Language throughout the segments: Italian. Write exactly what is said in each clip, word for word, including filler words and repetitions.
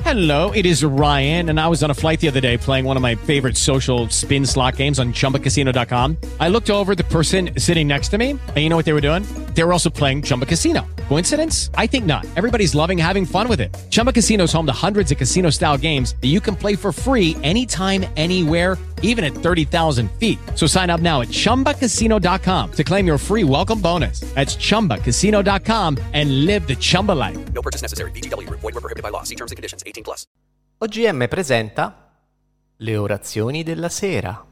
Hello, it is Ryan, and I was on a flight the other day playing one of my favorite social spin slot games on Chumba Casino dot com. I looked over at the person sitting next to me, and you know what they were doing? They were also playing Chumba Casino. Coincidence? I think not. Everybody's loving having fun with it. Chumba Casino is home to hundreds of casino-style games that you can play for free anytime, anywhere, even at thirty thousand feet. So sign up now at Chumba Casino dot com to claim your free welcome bonus. That's Chumba Casino dot com and live the Chumba life. No purchase necessary. V G W. Void where prohibited by law. See terms and conditions. eighteen plus. O G M presenta le orazioni della sera.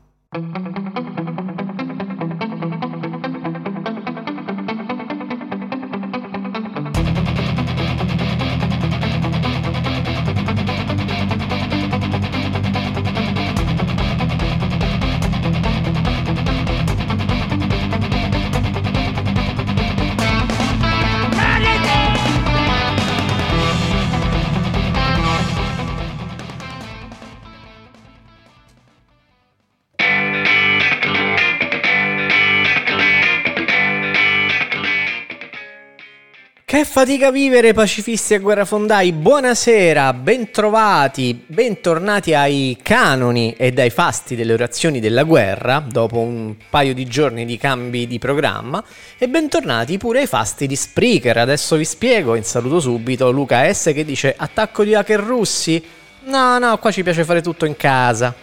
Che fatica vivere, pacifisti e guerrafondai, buonasera, bentrovati, bentornati ai canoni e ai fasti delle orazioni della guerra, dopo un paio di giorni di cambi di programma, e bentornati pure ai fasti di Spreaker. Adesso vi spiego, in saluto subito Luca S che dice: attacco di hacker russi? No, no, qua ci piace fare tutto in casa.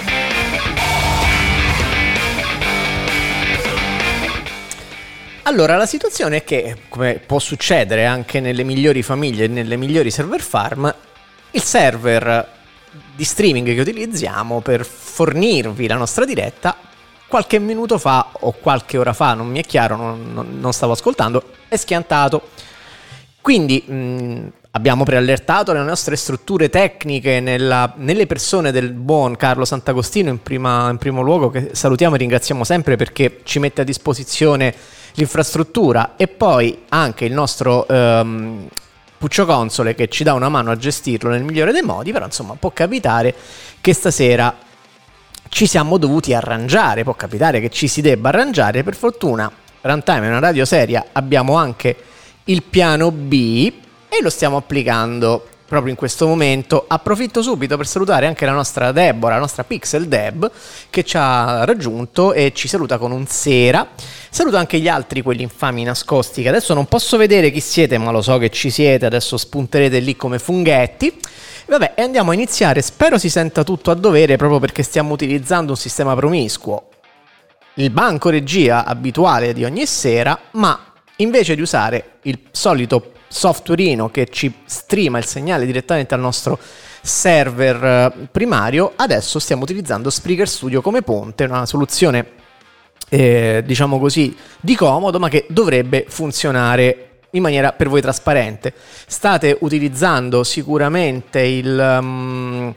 Allora, la situazione è che, come può succedere anche nelle migliori famiglie e nelle migliori server farm, il server di streaming che utilizziamo per fornirvi la nostra diretta, qualche minuto fa o qualche ora fa, non mi è chiaro, non, non, non stavo ascoltando, è schiantato. Quindi mh, abbiamo preallertato le nostre strutture tecniche nella, nelle persone del buon Carlo Sant'Agostino in, prima, in primo luogo, che salutiamo e ringraziamo sempre perché ci mette a disposizione l'infrastruttura, e poi anche il nostro ehm, Puccio Console che ci dà una mano a gestirlo nel migliore dei modi. Però insomma può capitare che stasera ci siamo dovuti arrangiare, può capitare che ci si debba arrangiare. Per fortuna Runtime è una radio seria, abbiamo anche il piano B e lo stiamo applicando proprio in questo momento. Approfitto subito per salutare anche la nostra Deborah, la nostra Pixel Deb, che ci ha raggiunto e ci saluta con un sera. Saluto anche gli altri, quelli infami nascosti, che adesso non posso vedere chi siete, ma lo so che ci siete, adesso spunterete lì come funghetti. Vabbè, e andiamo a iniziare. Spero si senta tutto a dovere, proprio perché stiamo utilizzando un sistema promiscuo, il banco regia abituale di ogni sera, ma invece di usare il solito softwareino che ci streama il segnale direttamente al nostro server primario, adesso stiamo utilizzando Spreaker Studio come ponte, una soluzione eh, diciamo così di comodo, ma che dovrebbe funzionare in maniera per voi trasparente. State utilizzando sicuramente il um,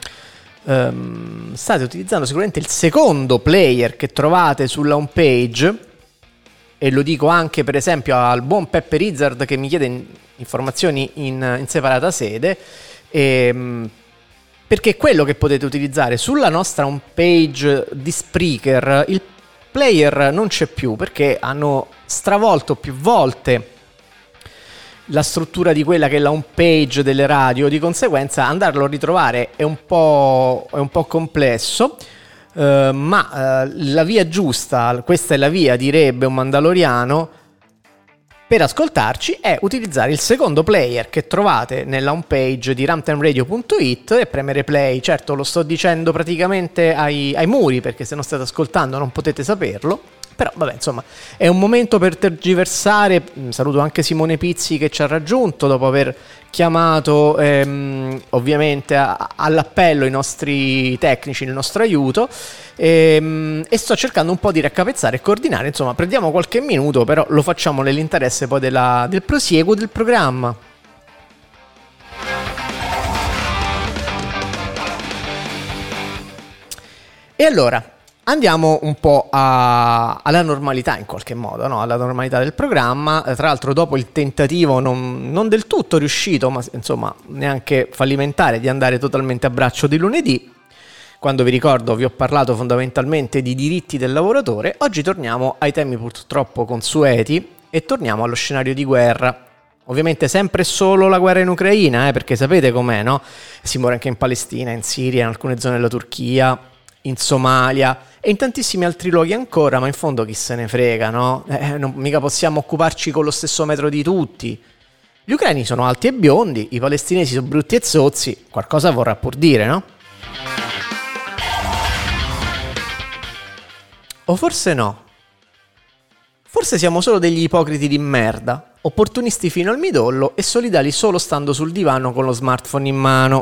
um, state utilizzando sicuramente il secondo player che trovate sulla home page, e lo dico anche per esempio al buon Peppe Rizzard che mi chiede in, informazioni in, in separata sede, ehm, perché quello che potete utilizzare sulla nostra home page di Spreaker, il player non c'è più perché hanno stravolto più volte la struttura di quella che è la home page delle radio, di conseguenza andarlo a ritrovare è un po', è un po' complesso. Uh, ma uh, la via giusta, questa è la via, direbbe un mandaloriano, per ascoltarci è utilizzare il secondo player che trovate nella homepage di runtimeradio punto it e premere play. Certo, lo sto dicendo praticamente ai, ai muri, perché se non state ascoltando non potete saperlo. Però vabbè, insomma, è un momento per tergiversare. Saluto anche Simone Pizzi che ci ha raggiunto dopo aver chiamato ehm, ovviamente a, all'appello i nostri tecnici, il nostro aiuto, ehm, e sto cercando un po' di raccapezzare e coordinare. Insomma, prendiamo qualche minuto, però lo facciamo nell'interesse poi della, del prosieguo del programma. E allora andiamo un po' a, alla normalità in qualche modo, no? Alla normalità del programma. Tra l'altro dopo il tentativo non, non del tutto riuscito, ma insomma neanche fallimentare, di andare totalmente a braccio di lunedì, quando vi ricordo vi ho parlato fondamentalmente di diritti del lavoratore, oggi torniamo ai temi purtroppo consueti e torniamo allo scenario di guerra. Ovviamente sempre e solo la guerra in Ucraina, eh, perché sapete com'è, no? Si muore anche in Palestina, in Siria, in alcune zone della Turchia, in Somalia e in tantissimi altri luoghi ancora, ma in fondo chi se ne frega, no? Eh, non, mica possiamo occuparci con lo stesso metro di tutti. Gli ucraini sono alti e biondi, i palestinesi sono brutti e zozzi, qualcosa vorrà pur dire, no? O forse no. Forse siamo solo degli ipocriti di merda, opportunisti fino al midollo e solidali solo stando sul divano con lo smartphone in mano.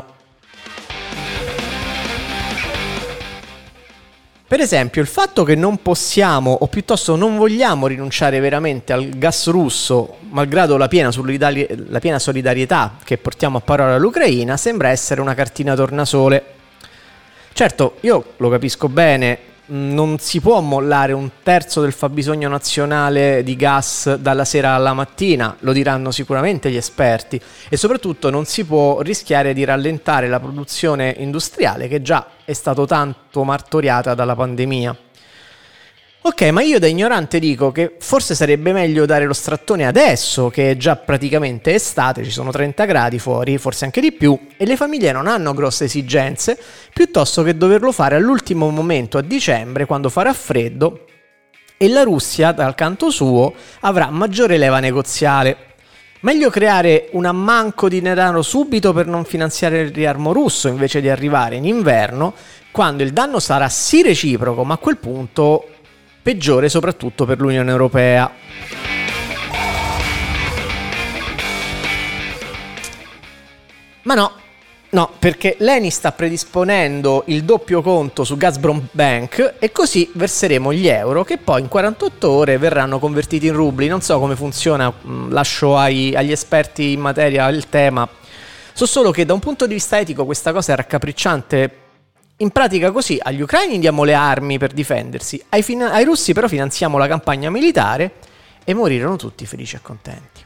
Per esempio, il fatto che non possiamo, o piuttosto non vogliamo rinunciare veramente al gas russo, malgrado la piena, solidari- la piena solidarietà che portiamo a parola all'Ucraina, sembra essere una cartina tornasole. Certo, io lo capisco bene, non si può mollare un terzo del fabbisogno nazionale di gas dalla sera alla mattina, lo diranno sicuramente gli esperti, e soprattutto non si può rischiare di rallentare la produzione industriale che già è stato tanto martoriata dalla pandemia. Ok, ma io da ignorante dico che forse sarebbe meglio dare lo strattone adesso, che è già praticamente estate, ci sono trenta gradi fuori, forse anche di più, e le famiglie non hanno grosse esigenze, piuttosto che doverlo fare all'ultimo momento a dicembre, quando farà freddo, e la Russia, dal canto suo, avrà maggiore leva negoziale. Meglio creare un ammanco di denaro subito per non finanziare il riarmo russo, invece di arrivare in inverno, quando il danno sarà sì reciproco, ma a quel punto peggiore soprattutto per l'Unione Europea. Ma no, no, perché l'Eni sta predisponendo il doppio conto su Gazprom Bank e così verseremo gli euro che poi in quarantotto ore verranno convertiti in rubli. Non so come funziona, lascio ai, agli esperti in materia il tema. So solo che da un punto di vista etico questa cosa è raccapricciante. In pratica così agli ucraini diamo le armi per difendersi, ai, fin- ai russi però finanziamo la campagna militare e morirono tutti felici e contenti.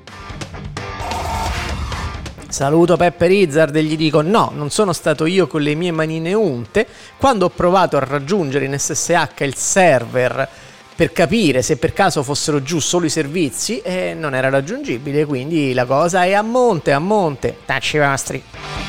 Saluto Pepper Izzard e gli dico no, non sono stato io con le mie manine unte quando ho provato a raggiungere in S S H il server per capire se per caso fossero giù solo i servizi e non era raggiungibile, quindi la cosa è a monte, a monte, tacci vostri.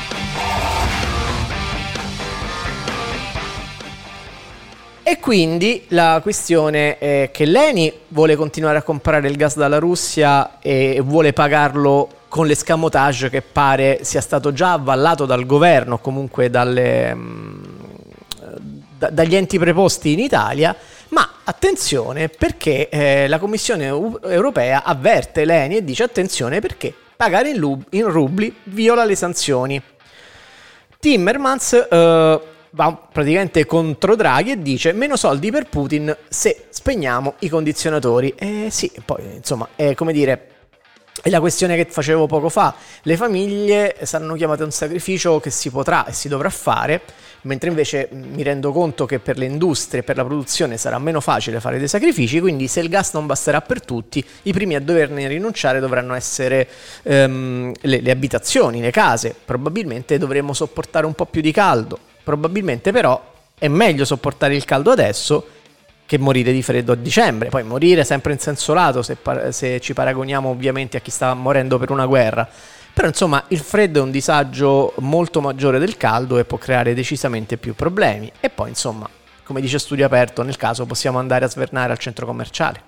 E quindi la questione è che l'Eni vuole continuare a comprare il gas dalla Russia e vuole pagarlo con l'escamotage che pare sia stato già avallato dal governo, comunque dalle, da, dagli enti preposti in Italia, ma attenzione perché eh, la Commissione europea avverte l'Eni e dice attenzione perché pagare in, lub- in rubli viola le sanzioni. Timmermans eh, va praticamente contro Draghi e dice meno soldi per Putin se spegniamo i condizionatori. E sì, poi insomma è come dire, è la questione che facevo poco fa, le famiglie saranno chiamate a un sacrificio che si potrà e si dovrà fare, mentre invece mi rendo conto che per le industrie e per la produzione sarà meno facile fare dei sacrifici, quindi se il gas non basterà per tutti, i primi a doverne rinunciare dovranno essere um, le, le abitazioni, le case, probabilmente dovremo sopportare un po' più di caldo. Probabilmente però è meglio sopportare il caldo adesso che morire di freddo a dicembre. Poi morire sempre in senso lato se, par- se ci paragoniamo ovviamente a chi sta morendo per una guerra. Però insomma il freddo è un disagio molto maggiore del caldo e può creare decisamente più problemi. E poi insomma, come dice Studio Aperto, nel caso possiamo andare a svernare al centro commerciale.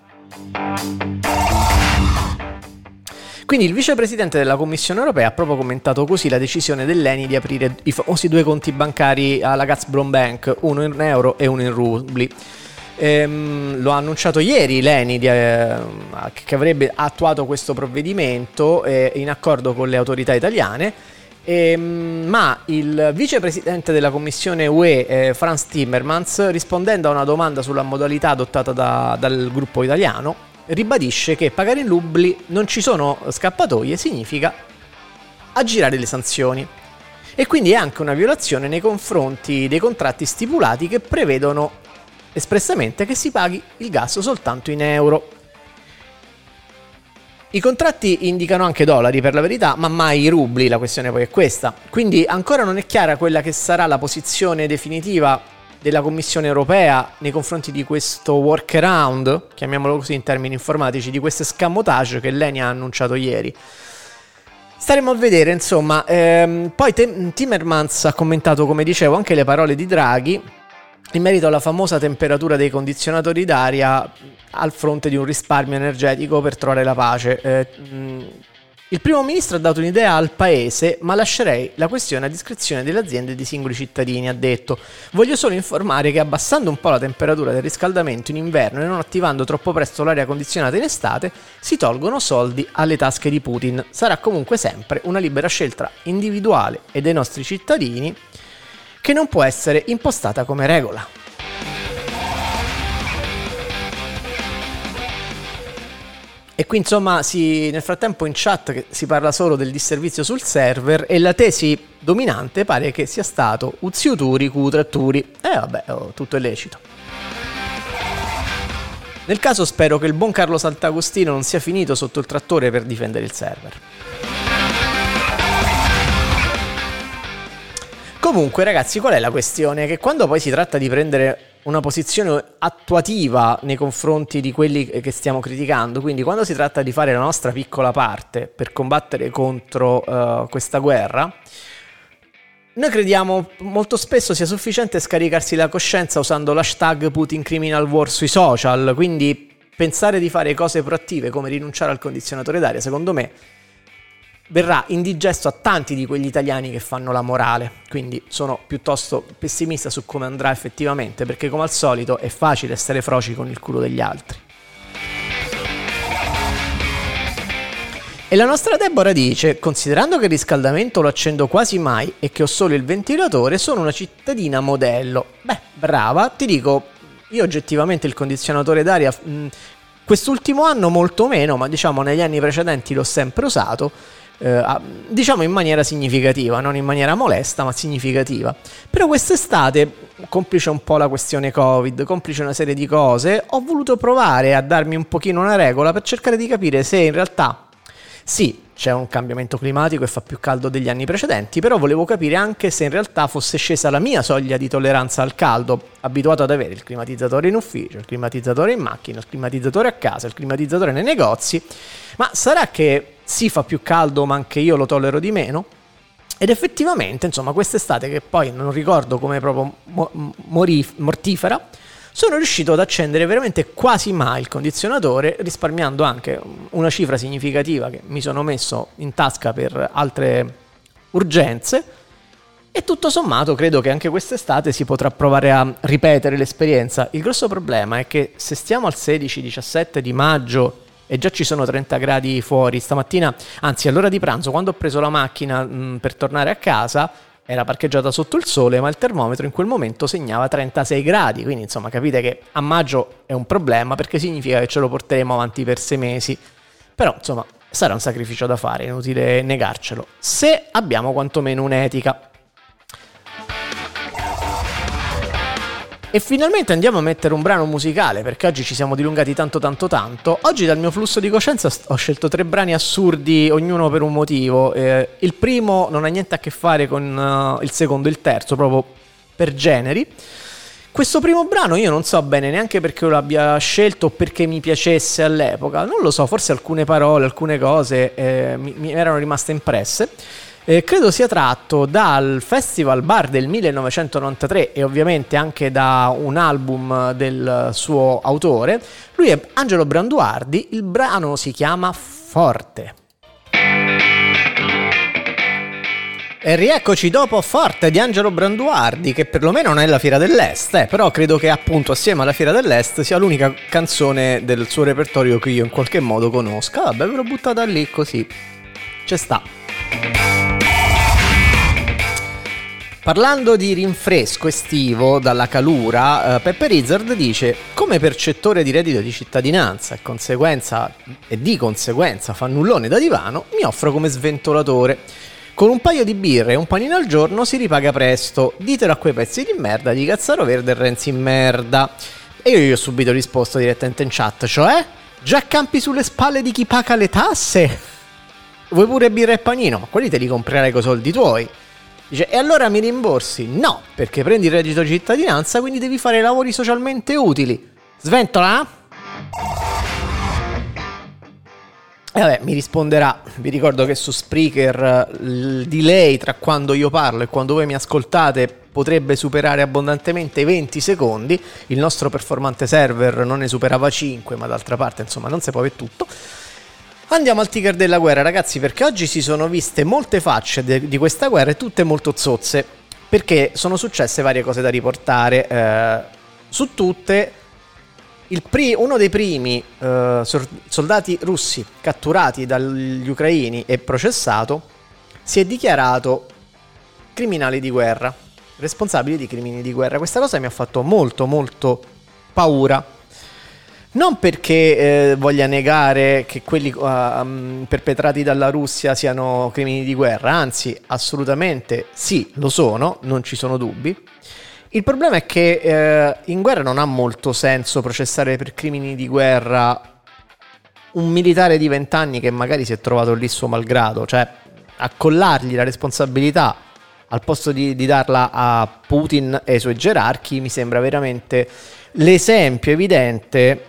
Quindi il vicepresidente della Commissione europea ha proprio commentato così la decisione dell'Eni di aprire i famosi due conti bancari alla Gazprom Bank, uno in euro e uno in rubli. Ehm, lo ha annunciato ieri l'Eni di, eh, che avrebbe attuato questo provvedimento eh, in accordo con le autorità italiane, ehm, ma il vicepresidente della Commissione U E eh, Frans Timmermans, rispondendo a una domanda sulla modalità adottata da, dal gruppo italiano, ribadisce che pagare in rubli non ci sono scappatoie, significa aggirare le sanzioni e quindi è anche una violazione nei confronti dei contratti stipulati che prevedono espressamente che si paghi il gas soltanto in euro. I contratti indicano anche dollari per la verità, ma mai i rubli, la questione poi è questa. Quindi ancora non è chiara quella che sarà la posizione definitiva della Commissione Europea nei confronti di questo workaround, chiamiamolo così in termini informatici, di questo escamotage che l'E N I ha annunciato ieri. Staremo a vedere, insomma. Ehm, poi Tem- Timmermans ha commentato, come dicevo, anche le parole di Draghi in merito alla famosa temperatura dei condizionatori d'aria al fronte di un risparmio energetico per trovare la pace. Eh, mh, il primo ministro ha dato un'idea al paese, ma lascerei la questione a discrezione delle aziende e dei singoli cittadini, ha detto. Voglio solo informare che abbassando un po' la temperatura del riscaldamento in inverno e non attivando troppo presto l'aria condizionata in estate, si tolgono soldi alle tasche di Putin. Sarà comunque sempre una libera scelta individuale e dei nostri cittadini che non può essere impostata come regola. E qui insomma si, nel frattempo in chat si parla solo del disservizio sul server e la tesi dominante pare che sia stato uziuturi cutratturi. E eh, vabbè, oh, tutto è lecito. Nel caso spero che il buon Carlo Sant'Agostino non sia finito sotto il trattore per difendere il server. Comunque ragazzi, qual è la questione? Che quando poi si tratta di prendere una posizione attuativa nei confronti di quelli che stiamo criticando, quindi quando si tratta di fare la nostra piccola parte per combattere contro uh, questa guerra, noi crediamo molto spesso sia sufficiente scaricarsi la coscienza usando l'hashtag Putin Criminal War sui social, quindi pensare di fare cose proattive come rinunciare al condizionatore d'aria, secondo me verrà indigesto a tanti di quegli italiani che fanno la morale, quindi sono piuttosto pessimista su come andrà effettivamente, perché come al solito è facile essere froci con il culo degli altri. E la nostra Deborah dice: considerando che il riscaldamento lo accendo quasi mai e che ho solo il ventilatore, sono una cittadina modello. Beh, brava, ti dico, io oggettivamente il condizionatore d'aria mh, quest'ultimo anno molto meno, ma diciamo negli anni precedenti l'ho sempre usato. Eh, diciamo in maniera significativa, non in maniera molesta ma significativa. Però quest'estate, complice un po' la questione Covid, complice una serie di cose, ho voluto provare a darmi un pochino una regola per cercare di capire se in realtà sì, c'è un cambiamento climatico e fa più caldo degli anni precedenti, però volevo capire anche se in realtà fosse scesa la mia soglia di tolleranza al caldo, abituato ad avere il climatizzatore in ufficio, il climatizzatore in macchina, il climatizzatore a casa, il climatizzatore nei negozi, ma sarà che sì, fa più caldo ma anche io lo tollero di meno? Ed effettivamente, insomma, quest'estate, che poi non ricordo come proprio mo- morif- mortifera, sono riuscito ad accendere veramente quasi mai il condizionatore, risparmiando anche una cifra significativa che mi sono messo in tasca per altre urgenze. E tutto sommato credo che anche quest'estate si potrà provare a ripetere l'esperienza. Il grosso problema è che se stiamo al sedici diciassette di maggio e già ci sono trenta gradi fuori, stamattina, anzi all'ora di pranzo, quando ho preso la macchina mh, per tornare a casa, era parcheggiata sotto il sole, ma il termometro in quel momento segnava trentasei gradi, quindi insomma capite che a maggio è un problema, perché significa che ce lo porteremo avanti per sei mesi. Però insomma sarà un sacrificio da fare, inutile negarcelo, se abbiamo quantomeno un'etica. E finalmente andiamo a mettere un brano musicale, perché oggi ci siamo dilungati tanto tanto tanto. Oggi dal mio flusso di coscienza ho scelto tre brani assurdi, ognuno per un motivo. Eh, il primo non ha niente a che fare con uh, il secondo e il terzo, proprio per generi. Questo primo brano io non so bene neanche perché lo abbia scelto o perché mi piacesse all'epoca, non lo so, forse alcune parole, alcune cose eh, mi, mi erano rimaste impresse. Eh, credo sia tratto dal Festival Bar del millenovecentonovantatré e ovviamente anche da un album del suo autore. Lui è Angelo Branduardi, il brano si chiama Forte. E rieccoci dopo Forte di Angelo Branduardi, che perlomeno non è la Fiera dell'Est, eh, però credo che appunto assieme alla Fiera dell'Est sia l'unica canzone del suo repertorio che io in qualche modo conosca. Vabbè, ve l'ho buttata lì così, ci sta. Parlando di rinfresco estivo dalla calura, eh, Pepper Izzard dice: come percettore di reddito di cittadinanza e, conseguenza, e di conseguenza fannullone da divano, mi offro come sventolatore. Con un paio di birre e un panino al giorno si ripaga presto. Ditelo a quei pezzi di merda di Cazzaro Verde e Renzi in merda. E io gli ho subito risposto direttamente in chat, cioè: già campi sulle spalle di chi paga le tasse? Vuoi pure birra e panino? Ma quelli te li comprerai coi soldi tuoi. Dice, e allora mi rimborsi? No, perché prendi il reddito di cittadinanza, quindi devi fare lavori socialmente utili. Sventola? E vabbè, mi risponderà. Vi ricordo che su Spreaker il delay tra quando io parlo e quando voi mi ascoltate potrebbe superare abbondantemente i venti secondi. Il nostro performante server non ne superava cinque, ma d'altra parte, insomma, non si può avere tutto. Andiamo al ticker della guerra, ragazzi, perché oggi si sono viste molte facce de- di questa guerra e tutte molto zozze, perché sono successe varie cose da riportare. Eh, su tutte, il pri- uno dei primi eh, sor- soldati russi catturati dagli ucraini e processato si è dichiarato criminale di guerra, responsabile di crimini di guerra. Questa cosa mi ha fatto molto molto paura. Non perché eh, voglia negare che quelli uh, um, perpetrati dalla Russia siano crimini di guerra, anzi, assolutamente sì, lo sono, non ci sono dubbi. Il problema è che eh, in guerra non ha molto senso processare per crimini di guerra un militare di vent'anni che magari si è trovato lì suo malgrado, cioè accollargli la responsabilità al posto di, di darla a Putin e ai suoi gerarchi mi sembra veramente l'esempio evidente.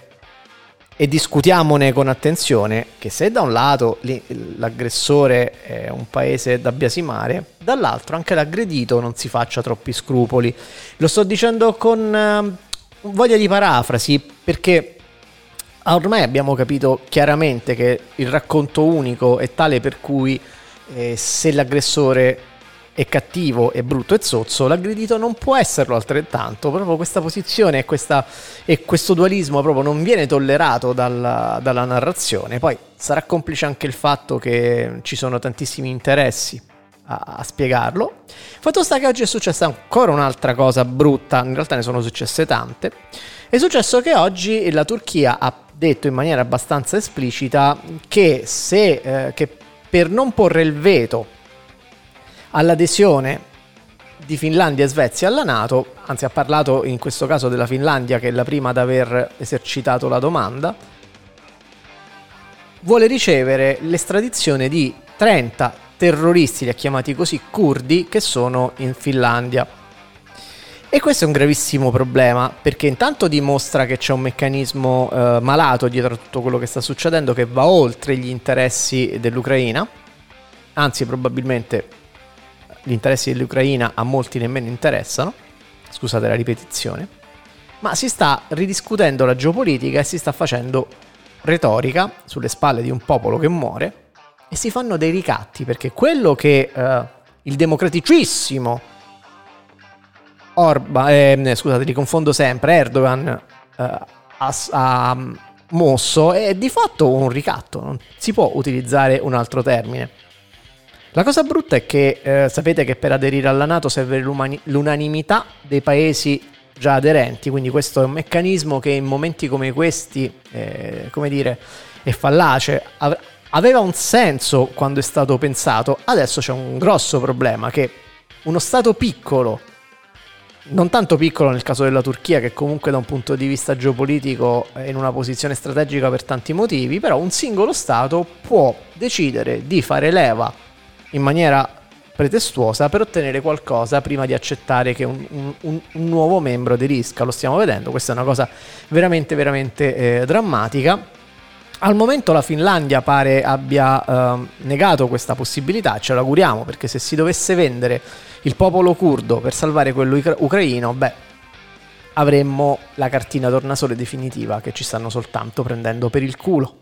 E discutiamone con attenzione che se da un lato l'aggressore è un paese da biasimare, dall'altro anche l'aggredito non si faccia troppi scrupoli. Lo sto dicendo con eh, voglia di parafrasi, perché ormai abbiamo capito chiaramente che il racconto unico è tale per cui eh, se l'aggressore è cattivo, è brutto e zozzo, l'aggredito non può esserlo altrettanto. Proprio questa posizione e, questa, e questo dualismo proprio non viene tollerato dalla, dalla narrazione. Poi sarà complice anche il fatto che ci sono tantissimi interessi a, a spiegarlo. Fatto sta che oggi è successa ancora un'altra cosa brutta, in realtà ne sono successe tante. È successo che oggi la Turchia ha detto in maniera abbastanza esplicita che se eh, che per non porre il veto all'adesione di Finlandia e Svezia alla NATO, anzi ha parlato in questo caso della Finlandia che è la prima ad aver esercitato la domanda, vuole ricevere l'estradizione di trenta terroristi, li ha chiamati così, curdi, che sono in Finlandia. E questo è un gravissimo problema, perché intanto dimostra che c'è un meccanismo eh, malato dietro a tutto quello che sta succedendo, che va oltre gli interessi dell'Ucraina, anzi probabilmente gli interessi dell'Ucraina a molti nemmeno interessano, scusate la ripetizione, ma si sta ridiscutendo la geopolitica e si sta facendo retorica sulle spalle di un popolo che muore e si fanno dei ricatti, perché quello che eh, il democraticissimo Orban, eh, scusate li confondo sempre, Erdogan eh, ha, ha mosso è di fatto un ricatto, non si può utilizzare un altro termine. La cosa brutta è che eh, sapete che per aderire alla NATO serve l'unanimità dei paesi già aderenti, quindi questo è un meccanismo che in momenti come questi, eh, come dire, è fallace. Ave- aveva un senso quando è stato pensato, adesso c'è un grosso problema, che uno Stato piccolo, non tanto piccolo nel caso della Turchia, che comunque da un punto di vista geopolitico è in una posizione strategica per tanti motivi, però un singolo Stato può decidere di fare leva in maniera pretestuosa per ottenere qualcosa prima di accettare che un, un, un nuovo membro aderisca. Lo stiamo vedendo, questa è una cosa veramente veramente eh, drammatica. Al momento la Finlandia pare abbia eh, negato questa possibilità, ce l'auguriamo, perché se si dovesse vendere il popolo curdo per salvare quello ucra- ucraino, beh, avremmo la cartina tornasole definitiva che ci stanno soltanto prendendo per il culo.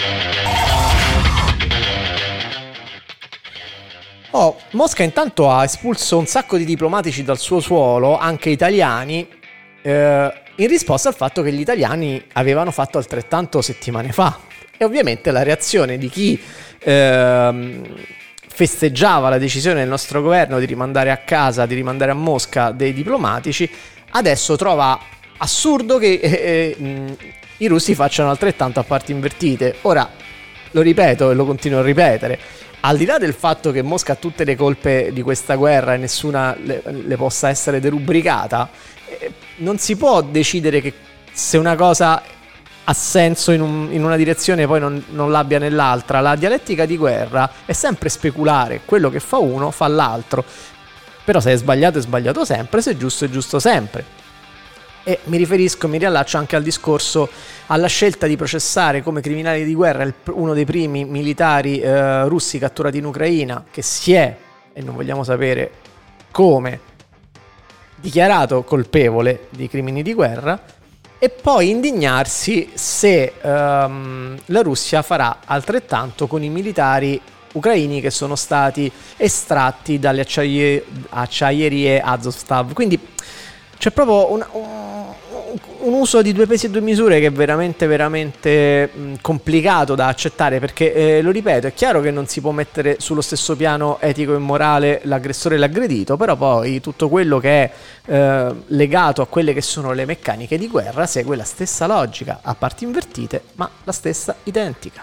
Oh, Mosca intanto ha espulso un sacco di diplomatici dal suo suolo, anche italiani, eh, in risposta al fatto che gli italiani avevano fatto altrettanto settimane fa. E ovviamente la reazione di chi eh, festeggiava la decisione del nostro governo di rimandare a casa, di rimandare a Mosca dei diplomatici, adesso trova assurdo che eh, eh, i russi facciano altrettanto a parti invertite. Ora, lo ripeto e lo continuo a ripetere, al di là del fatto che Mosca ha tutte le colpe di questa guerra e nessuna le, le possa essere derubricata, eh, non si può decidere che se una cosa ha senso in, un, in una direzione poi non, non l'abbia nell'altra. La dialettica di guerra è sempre speculare, quello che fa uno fa l'altro. Però se è sbagliato è sbagliato sempre, se è giusto è giusto sempre. E mi riferisco, mi riallaccio anche al discorso, alla scelta di processare come criminali di guerra il, uno dei primi militari eh, russi catturati in Ucraina, che si è, e non vogliamo sapere come, dichiarato colpevole di crimini di guerra, e poi indignarsi se um, la Russia farà altrettanto con i militari ucraini che sono stati estratti dalle acciaie- acciaierie Azovstal. Quindi c'è proprio un, un, un uso di due pesi e due misure che è veramente veramente mh, complicato da accettare, perché eh, lo ripeto, è chiaro che non si può mettere sullo stesso piano etico e morale l'aggressore e l'aggredito, però poi tutto quello che è eh, legato a quelle che sono le meccaniche di guerra segue la stessa logica, a parti invertite, ma la stessa identica.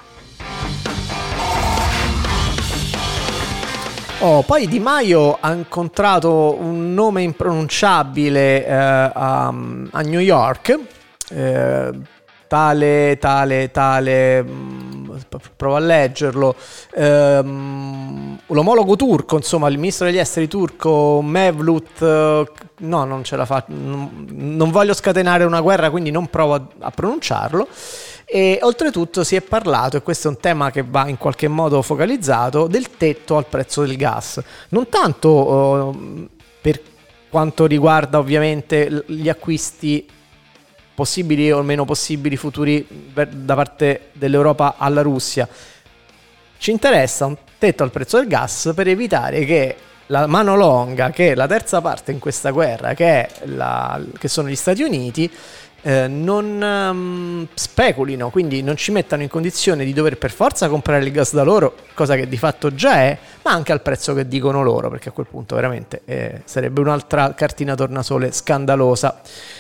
Oh, poi Di Maio ha incontrato un nome impronunciabile eh, a, a New York, eh, tale, tale, tale, mh, provo a leggerlo, ehm, l'omologo turco, insomma il ministro degli esteri turco Mevlut, eh, no non ce la faccio, non, non voglio scatenare una guerra, quindi non provo a, a pronunciarlo. E oltretutto si è parlato, e questo è un tema che va in qualche modo focalizzato, del tetto al prezzo del gas. Non tanto uh, per quanto riguarda ovviamente gli acquisti possibili o meno possibili futuri da parte dell'Europa alla Russia. Ci interessa un tetto al prezzo del gas per evitare che la mano longa, che è la terza parte in questa guerra, che, è la, che sono gli Stati Uniti, Eh, non um, speculino, quindi non ci mettano in condizione di dover per forza comprare il gas da loro, cosa che di fatto già è, ma anche al prezzo che dicono loro, perché a quel punto veramente eh, sarebbe un'altra cartina tornasole scandalosa.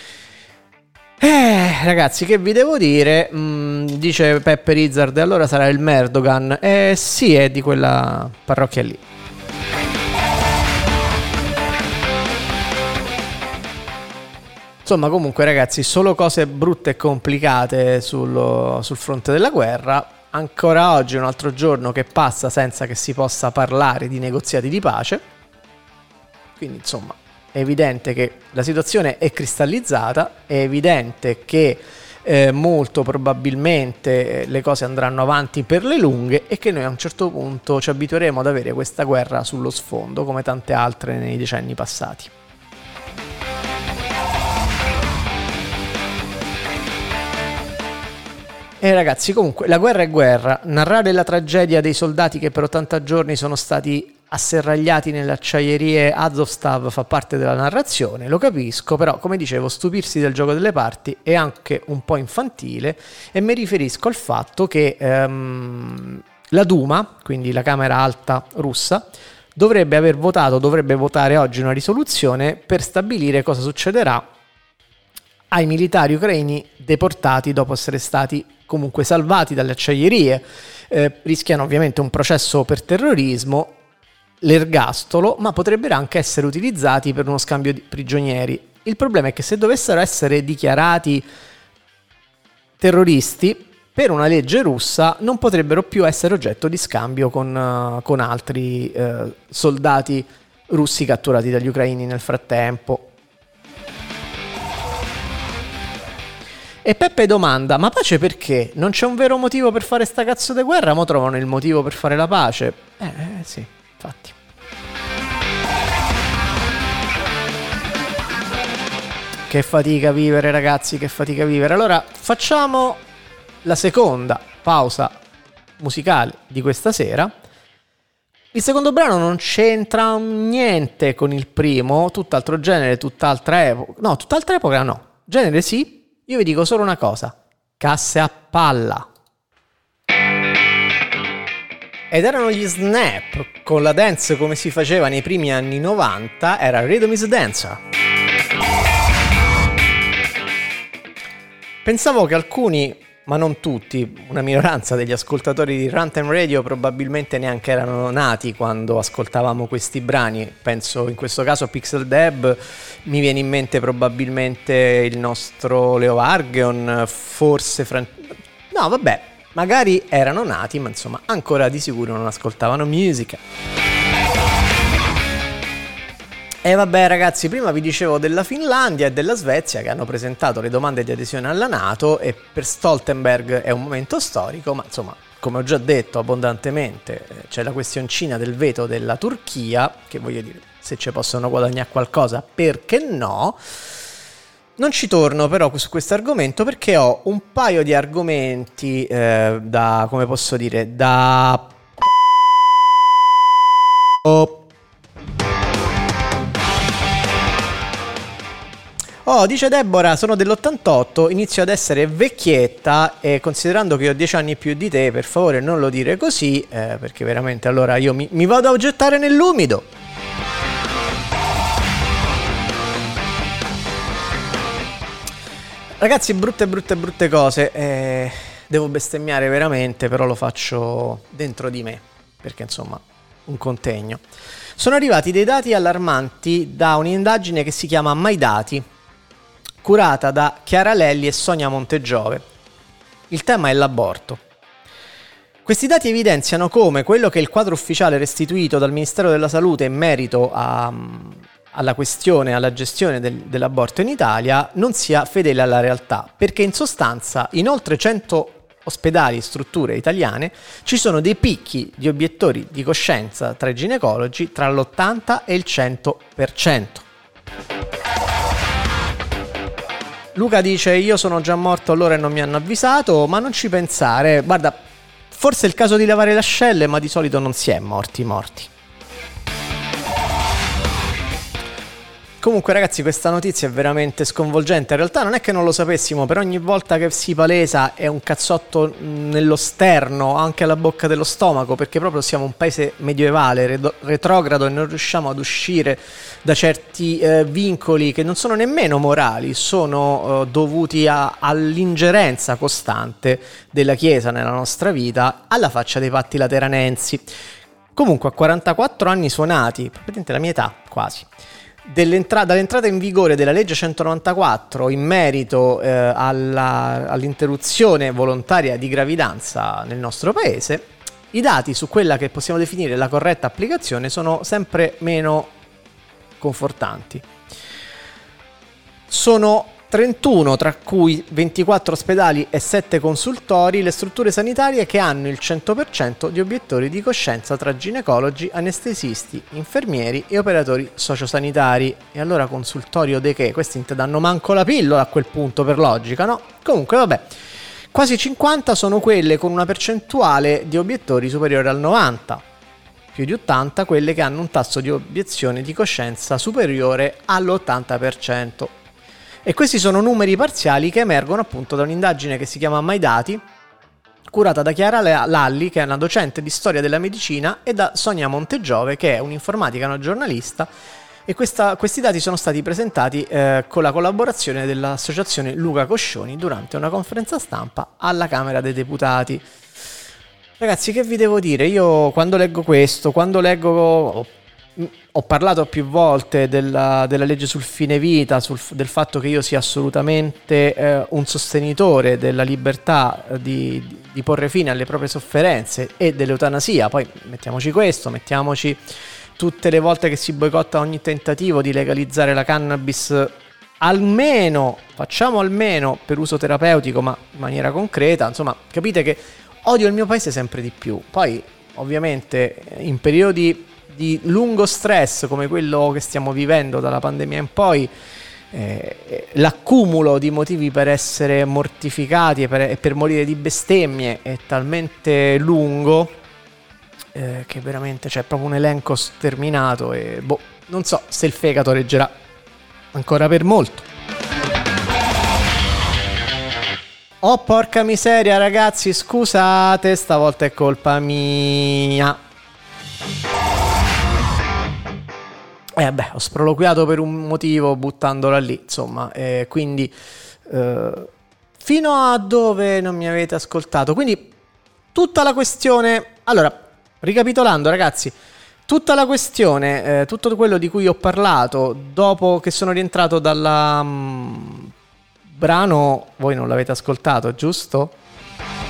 Eh, ragazzi, che vi devo dire? Mm, dice Peppe Rizzard, allora sarà il Merdogan. Eh sì, è di quella parrocchia lì. Insomma, comunque ragazzi, solo cose brutte e complicate sul, sul fronte della guerra. Ancora oggi è un altro giorno che passa senza che si possa parlare di negoziati di pace. Quindi insomma è evidente che la situazione è cristallizzata, è evidente che eh, molto probabilmente le cose andranno avanti per le lunghe e che noi a un certo punto ci abitueremo ad avere questa guerra sullo sfondo come tante altre nei decenni passati. E eh ragazzi, comunque, la guerra è guerra. Narrare la tragedia dei soldati che per ottanta giorni sono stati asserragliati nelle acciaierie Azovstal fa parte della narrazione, lo capisco, però, come dicevo, stupirsi del gioco delle parti è anche un po' infantile, e mi riferisco al fatto che ehm, la Duma, quindi la Camera Alta russa, dovrebbe aver votato, dovrebbe votare oggi una risoluzione per stabilire cosa succederà ai militari ucraini deportati dopo essere stati comunque salvati dalle acciaierie. Eh, rischiano ovviamente un processo per terrorismo, l'ergastolo, ma potrebbero anche essere utilizzati per uno scambio di prigionieri. Il problema è che se dovessero essere dichiarati terroristi, per una legge russa non potrebbero più essere oggetto di scambio con, uh, con altri uh, soldati russi catturati dagli ucraini nel frattempo. E Peppe domanda, ma pace perché? Non c'è un vero motivo per fare sta cazzo di guerra? Mo trovano il motivo per fare la pace? Eh, eh sì, infatti. Che fatica vivere, ragazzi, che fatica vivere. Allora, facciamo la seconda pausa musicale di questa sera. Il secondo brano non c'entra niente con il primo, tutt'altro genere, tutt'altra epoca. No, tutt'altra epoca no. Genere sì. Io vi dico solo una cosa, casse a palla. Ed erano gli Snap, con la dance come si faceva nei primi anni novanta, era Rhythm is a Dancer. Pensavo che alcuni, ma non tutti, una minoranza degli ascoltatori di Runtime Radio probabilmente neanche erano nati quando ascoltavamo questi brani. Penso in questo caso a Pixel Deb, mi viene in mente probabilmente il nostro Leo Argeon, forse Fran... no vabbè, magari erano nati, ma insomma ancora di sicuro non ascoltavano musica. E vabbè ragazzi, prima vi dicevo della Finlandia e della Svezia che hanno presentato le domande di adesione alla NATO, e per Stoltenberg è un momento storico, ma insomma, come ho già detto abbondantemente, c'è la questioncina del veto della Turchia, che voglio dire, se ci possono guadagnare qualcosa, perché no? Non ci torno però su questo argomento perché ho un paio di argomenti eh, da, come posso dire, da... Oh. Oh, dice Deborah, sono dell'ottantotto, inizio ad essere vecchietta e considerando che ho dieci anni più di te, per favore non lo dire così, eh, perché veramente allora io mi, mi vado a gettare nell'umido. Ragazzi, brutte brutte brutte cose, eh, devo bestemmiare veramente, però lo faccio dentro di me, perché insomma, un contegno. Sono arrivati dei dati allarmanti da un'indagine che si chiama MyDati, curata da Chiara Lelli e Sonia Montegiove. Il tema è l'aborto. Questi dati evidenziano come quello che è il quadro ufficiale restituito dal Ministero della Salute in merito a, alla questione, alla gestione del, dell'aborto in Italia non sia fedele alla realtà, perché in sostanza in oltre cento ospedali e strutture italiane ci sono dei picchi di obiettori di coscienza tra i ginecologi tra l'ottanta e il cento per cento. Luca dice: io sono già morto allora e non mi hanno avvisato, ma non ci pensare, guarda, forse è il caso di lavare le ascelle, ma di solito non si è morti morti. Comunque ragazzi, questa notizia è veramente sconvolgente. In realtà non è che non lo sapessimo, però ogni volta che si palesa è un cazzotto nello sterno, anche alla bocca dello stomaco, perché proprio siamo un paese medievale, retrogrado, e non riusciamo ad uscire da certi eh, vincoli che non sono nemmeno morali, sono eh, dovuti a, all'ingerenza costante della Chiesa nella nostra vita, alla faccia dei patti lateranensi. Comunque a quarantaquattro anni suonati, praticamente la mia età quasi, dall'entrata in vigore della legge centonovantaquattro in merito eh, alla, all'interruzione volontaria di gravidanza nel nostro paese, i dati su quella che possiamo definire la corretta applicazione sono sempre meno confortanti. Sono trentuno, tra cui ventiquattro ospedali e sette consultori, le strutture sanitarie che hanno il cento per cento di obiettori di coscienza tra ginecologi, anestesisti, infermieri e operatori sociosanitari. E allora consultorio de che? Questi non ti danno manco la pillola a quel punto, per logica, no? Comunque vabbè, quasi cinquanta sono quelle con una percentuale di obiettori superiore al novanta, più di ottanta quelle che hanno un tasso di obiezione di coscienza superiore all'ottanta per cento. E questi sono numeri parziali che emergono appunto da un'indagine che si chiama MyDati, curata da Chiara Lalli, che è una docente di storia della medicina, e da Sonia Montegiove, che è un'informatica, una giornalista, e questa, questi dati sono stati presentati eh, con la collaborazione dell'associazione Luca Coscioni durante una conferenza stampa alla Camera dei Deputati. Ragazzi, che vi devo dire? Io quando leggo questo, quando leggo... Ho parlato più volte della, della legge sul fine vita, sul, del fatto che io sia assolutamente eh, un sostenitore della libertà di, di, di porre fine alle proprie sofferenze e dell'eutanasia. Poi mettiamoci questo, mettiamoci tutte le volte che si boicotta ogni tentativo di legalizzare la cannabis, almeno, facciamo almeno per uso terapeutico, ma in maniera concreta. Insomma, capite che odio il mio paese sempre di più. Poi, ovviamente, in periodi di lungo stress come quello che stiamo vivendo dalla pandemia in poi, eh, l'accumulo di motivi per essere mortificati e per, e per morire di bestemmie è talmente lungo eh, che veramente c'è proprio un elenco sterminato e boh, non so se il fegato reggerà ancora per molto. Oh porca miseria ragazzi, scusate, stavolta è colpa mia. Eh beh, ho sproloquiato per un motivo buttandola lì, insomma, eh, quindi eh, fino a dove non mi avete ascoltato. Quindi tutta la questione, allora, ricapitolando ragazzi, tutta la questione, eh, tutto quello di cui ho parlato dopo che sono rientrato dalla um, brano, voi non l'avete ascoltato, giusto?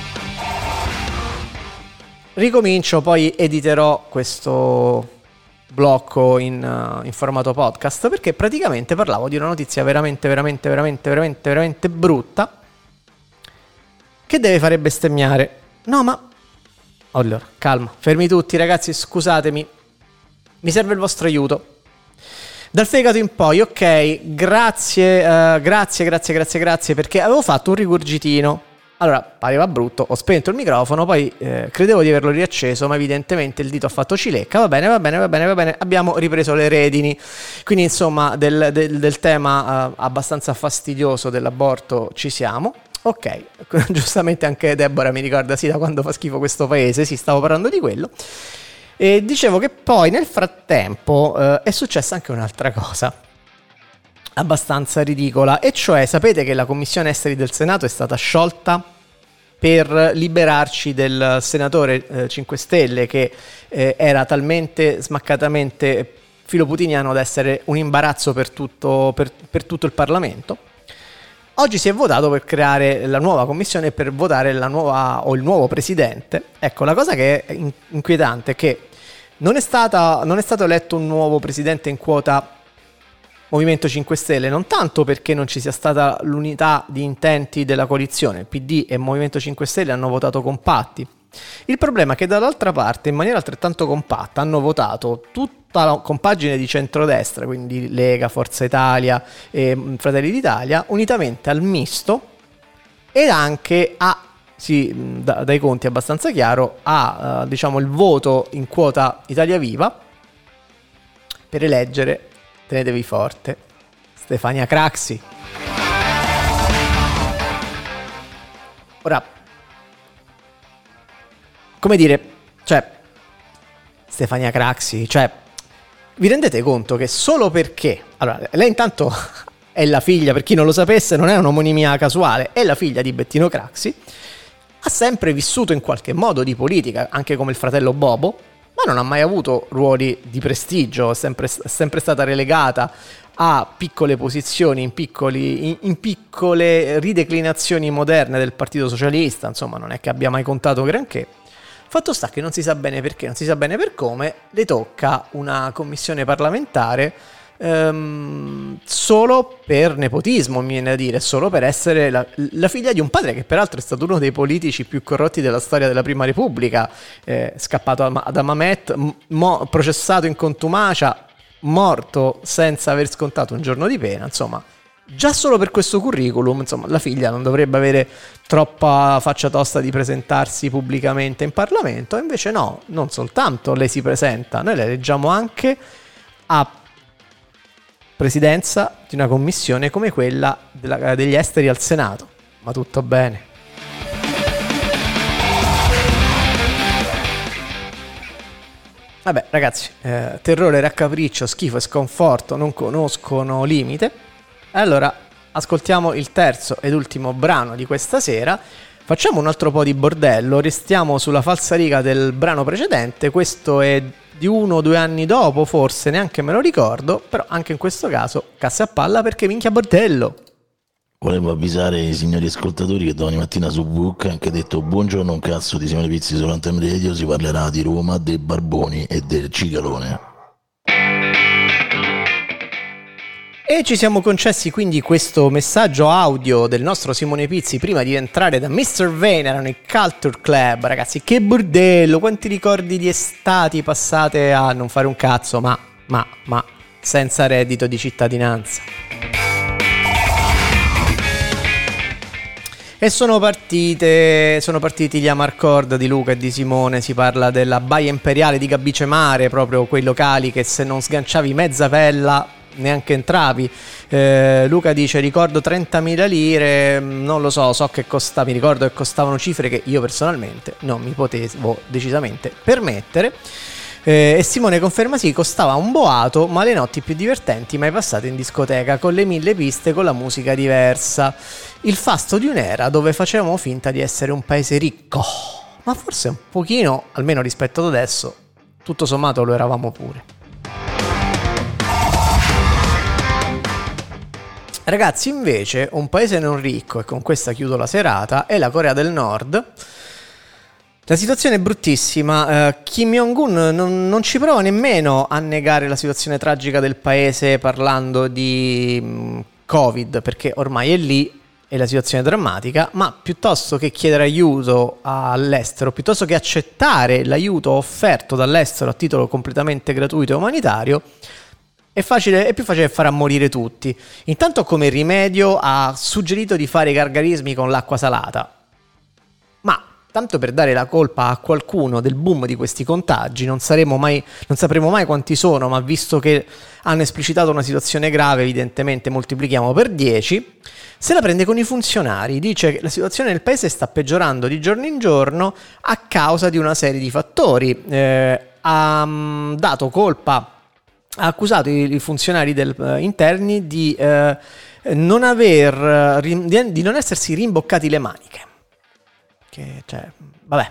Ricomincio, poi editerò questo blocco in, uh, in formato podcast, perché praticamente parlavo di una notizia veramente, veramente, veramente, veramente, veramente brutta che deve fare bestemmiare. No, ma... Allora, calma, fermi tutti ragazzi, scusatemi, mi serve il vostro aiuto. Dal fegato in poi, ok, grazie, uh, grazie, grazie, grazie, grazie, perché avevo fatto un rigurgitino. Allora, pareva brutto, ho spento il microfono, poi eh, credevo di averlo riacceso, ma evidentemente il dito ha fatto cilecca. Va bene, va bene, va bene, va bene, abbiamo ripreso le redini. Quindi, insomma, del, del, del tema uh, abbastanza fastidioso dell'aborto ci siamo. Ok, giustamente anche Deborah mi ricorda, sì, da quando fa schifo questo paese, sì, stavo parlando di quello. E dicevo che poi nel frattempo eh, è successa anche un'altra cosa abbastanza ridicola, e cioè sapete che la Commissione Esteri del Senato è stata sciolta per liberarci del senatore eh, cinque Stelle che eh, era talmente smaccatamente filoputiniano da essere un imbarazzo per tutto, per, per tutto il Parlamento. Oggi si è votato per creare la nuova commissione e per votare la nuova o il nuovo presidente. Ecco, la cosa che è inquietante è che non è, stata, non è stato eletto un nuovo presidente in quota Movimento cinque Stelle, non tanto perché non ci sia stata l'unità di intenti della coalizione, il P D e Movimento cinque Stelle hanno votato compatti. Il problema è che dall'altra parte, in maniera altrettanto compatta, hanno votato tutta la compagine di centrodestra, quindi Lega, Forza Italia e Fratelli d'Italia, unitamente al misto ed anche a, sì, da, dai conti abbastanza chiaro, a uh, diciamo il voto in quota Italia Viva per eleggere, tenetevi forte, Stefania Craxi. Ora, come dire, cioè, Stefania Craxi, cioè, vi rendete conto che solo perché, allora, lei intanto è la figlia, per chi non lo sapesse, non è un'omonimia casuale, è la figlia di Bettino Craxi, ha sempre vissuto in qualche modo di politica, anche come il fratello Bobo, ma non ha mai avuto ruoli di prestigio, è sempre, è sempre stata relegata a piccole posizioni, in, piccoli, in, in piccole rideclinazioni moderne del Partito Socialista, insomma non è che abbia mai contato granché. Fatto sta che non si sa bene perché, non si sa bene per come, le tocca una commissione parlamentare ehm, solo per nepotismo, mi viene da dire, solo per essere la, la figlia di un padre che peraltro è stato uno dei politici più corrotti della storia della Prima Repubblica, eh, scappato ad Amamet, mo, processato in contumacia, morto senza aver scontato un giorno di pena, insomma. Già solo per questo curriculum, insomma, la figlia non dovrebbe avere troppa faccia tosta di presentarsi pubblicamente in Parlamento, invece no, non soltanto lei si presenta, noi la eleggiamo anche a presidenza di una commissione come quella della, degli esteri al Senato, ma tutto bene. Vabbè ragazzi, eh, terrore, raccapriccio, schifo e sconforto non conoscono limite. Allora, ascoltiamo il terzo ed ultimo brano di questa sera, facciamo un altro po' di bordello, restiamo sulla falsariga del brano precedente, questo è di uno o due anni dopo, forse, neanche me lo ricordo, però anche in questo caso casse a palla perché minchia bordello. Volevo avvisare i signori ascoltatori che domani mattina su Book ha anche detto buongiorno un cazzo di Simone Pizzi su Anthem Radio, si parlerà di Roma, dei Barboni e del Cicalone. E ci siamo concessi quindi questo messaggio audio del nostro Simone Pizzi prima di entrare da mister Vane, erano i Culture Club, ragazzi, che bordello, quanti ricordi di estati passate a non fare un cazzo, ma, ma, ma, senza reddito di cittadinanza. E sono partite, sono partiti gli Amarcord di Luca e di Simone, si parla della baia imperiale di Gabicemare, proprio quei locali che se non sganciavi mezza pella neanche entravi. eh, Luca dice ricordo trentamila lire, non lo so, so che costa, mi ricordo che costavano cifre che io personalmente non mi potevo decisamente permettere. eh, e Simone conferma sì, costava un boato, ma le notti più divertenti mai passate in discoteca, con le mille piste, con la musica diversa, il fasto di un'era dove facevamo finta di essere un paese ricco, ma forse un pochino, almeno rispetto ad adesso, tutto sommato lo eravamo pure. Ragazzi, invece, un paese non ricco, e con questa chiudo la serata, è la Corea del Nord, La situazione è bruttissima. uh, Kim Jong-un non, non ci prova nemmeno a negare la situazione tragica del paese parlando di mh, Covid, perché ormai è lì e la situazione è drammatica, ma piuttosto che chiedere aiuto all'estero, piuttosto che accettare l'aiuto offerto dall'estero a titolo completamente gratuito e umanitario, è, facile, è più facile far morire tutti. Intanto, come rimedio, ha suggerito di fare i gargarismi con l'acqua salata, ma tanto per dare la colpa a qualcuno del boom di questi contagi, non saremo mai, non sapremo mai quanti sono, ma visto che hanno esplicitato una situazione grave, evidentemente moltiplichiamo per dieci. Se la prende con i funzionari, dice che la situazione nel paese sta peggiorando di giorno in giorno a causa di una serie di fattori. Eh, ha um, dato colpa, ha accusato i, i funzionari del, uh, interni di, uh, non aver, di, di non essersi rimboccati le maniche. Che, cioè, vabbè,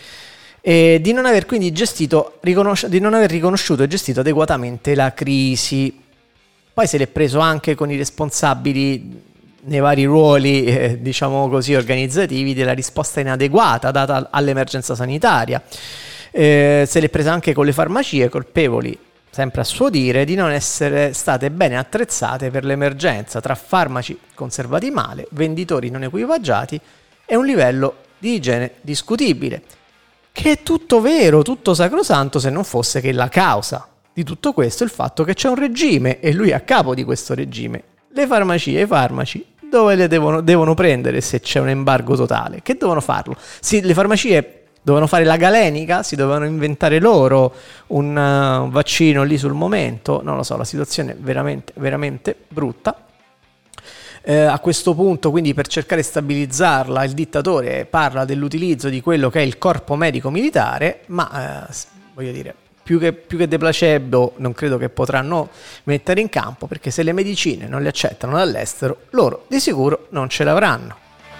e di non aver quindi gestito, riconosci- di non aver riconosciuto e gestito adeguatamente la crisi. Poi se l'è preso anche con i responsabili nei vari ruoli, eh, diciamo così, organizzativi della risposta inadeguata data all'emergenza sanitaria. Eh, se l'è presa anche con le farmacie, colpevoli, sempre a suo dire, di non essere state bene attrezzate per l'emergenza, tra farmaci conservati male, venditori non equipaggiati e un livello di igiene discutibile, che è tutto vero, tutto sacrosanto, se non fosse che la causa di tutto questo è il fatto che c'è un regime e lui è a capo di questo regime. Le farmacie e i farmaci dove le devono, devono prendere se c'è un embargo totale? Che devono farlo? Sì, le farmacie dovevano fare la galenica, si dovevano inventare loro un uh, vaccino lì sul momento, non lo so, la situazione è veramente, veramente brutta. Eh, a questo punto, quindi, per cercare di stabilizzarla, il dittatore parla dell'utilizzo di quello che è il corpo medico militare, ma eh, voglio dire, più che, più che dei placebo non credo che potranno mettere in campo, perché se le medicine non le accettano dall'estero, loro di sicuro non ce l'avranno.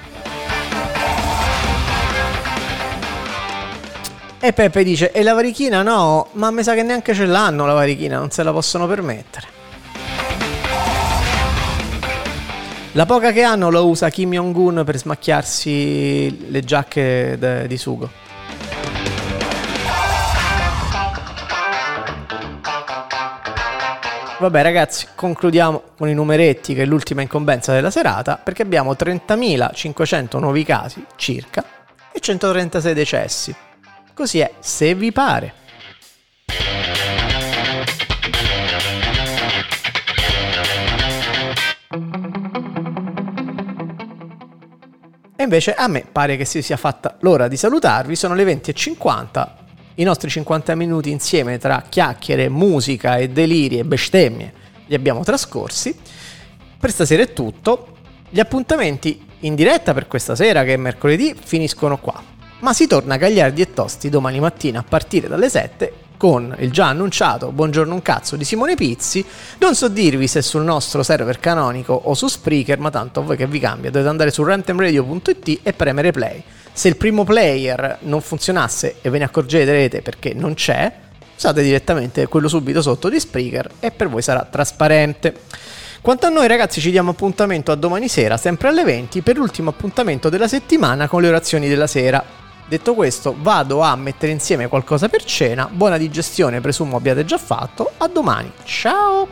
E Peppe dice: e la varichina no? Ma mi sa che neanche ce l'hanno la varichina, non se la possono permettere. La poca che hanno lo usa Kim Jong-un per smacchiarsi le giacche de- di sugo. Vabbè ragazzi, concludiamo con i numeretti, che è l'ultima incombenza della serata, perché abbiamo trentamilacinquecento nuovi casi circa e centotrentasei decessi. Così è, se vi pare. E invece a me pare che si sia fatta l'ora di salutarvi. Sono le venti e cinquanta, i nostri cinquanta minuti insieme tra chiacchiere, musica e deliri e bestemmie li abbiamo trascorsi. Per stasera è tutto. Gli appuntamenti in diretta per questa sera, che è mercoledì, finiscono qua, ma si torna gagliardi e tosti domani mattina a partire dalle sette con il già annunciato Buongiorno un cazzo di Simone Pizzi. Non so dirvi se sul nostro server canonico o su Spreaker, ma tanto a voi che vi cambia, dovete andare su rantemradio punto it e premere play. Se il primo player non funzionasse e ve ne accorgerete perché non c'è, usate direttamente quello subito sotto di Spreaker e per voi sarà trasparente. Quanto a noi ragazzi, ci diamo appuntamento a domani sera, sempre alle venti, per l'ultimo appuntamento della settimana con le orazioni della sera. Detto questo, vado a mettere insieme qualcosa per cena. Buona digestione, presumo abbiate già fatto. A domani, ciao!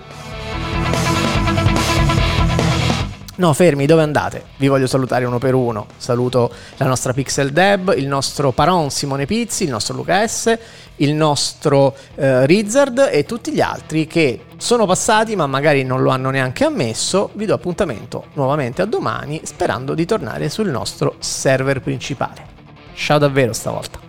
No, fermi, dove andate? Vi voglio salutare uno per uno. Saluto la nostra Pixel Deb, il nostro Paron Simone Pizzi, il nostro Luca S, il nostro eh, Rizzard e tutti gli altri che sono passati ma magari non lo hanno neanche ammesso. Vi do appuntamento nuovamente a domani, sperando di tornare sul nostro server principale. Ciao davvero stavolta.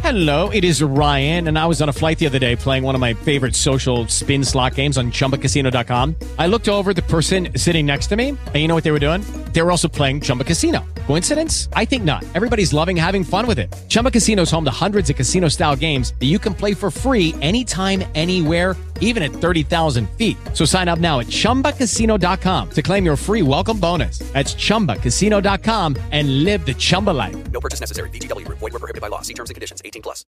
Hello, it is Ryan, and I was on a flight the other day playing one of my favorite social spin slot games on Chumba Casino dot com. I looked over at the person sitting next to me, and you know what they were doing? They were also playing Chumba Casino. Coincidence? I think not. Everybody's loving having fun with it. Chumba Casino is home to hundreds of casino-style games that you can play for free anytime, anywhere, even at thirty thousand feet. So sign up now at Chumba Casino dot com to claim your free welcome bonus. That's Chumba Casino dot com and live the Chumba life. No purchase necessary. V G W. Void where prohibited by law. See terms and conditions. eighteen plus.